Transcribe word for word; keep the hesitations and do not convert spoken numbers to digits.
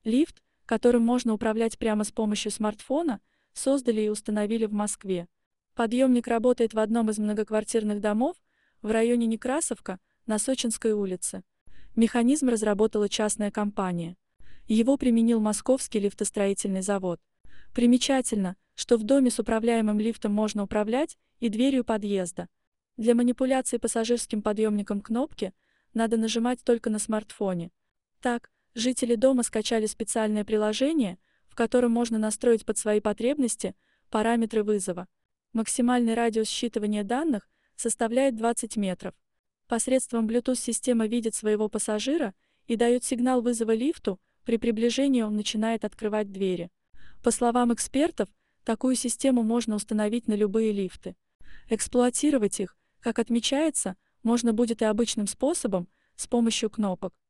Лифт, которым можно управлять прямо с помощью смартфона, создали и установили в Москве. Подъемник работает в одном из многоквартирных домов в районе Некрасовка на Сочинской улице. Механизм разработала частная компания. Его применил Московский лифтостроительный завод. Примечательно, что в доме с управляемым лифтом можно управлять и дверью подъезда. Для манипуляции пассажирским подъемником кнопки надо нажимать только на смартфоне. Так, жители дома скачали специальное приложение, в котором можно настроить под свои потребности параметры вызова. Максимальный радиус считывания данных составляет двадцать метров. Посредством Bluetooth система видит своего пассажира и дает сигнал вызова лифту, при приближении он начинает открывать двери. По словам экспертов, такую систему можно установить на любые лифты. Эксплуатировать их, как отмечается, можно будет и обычным способом, с помощью кнопок.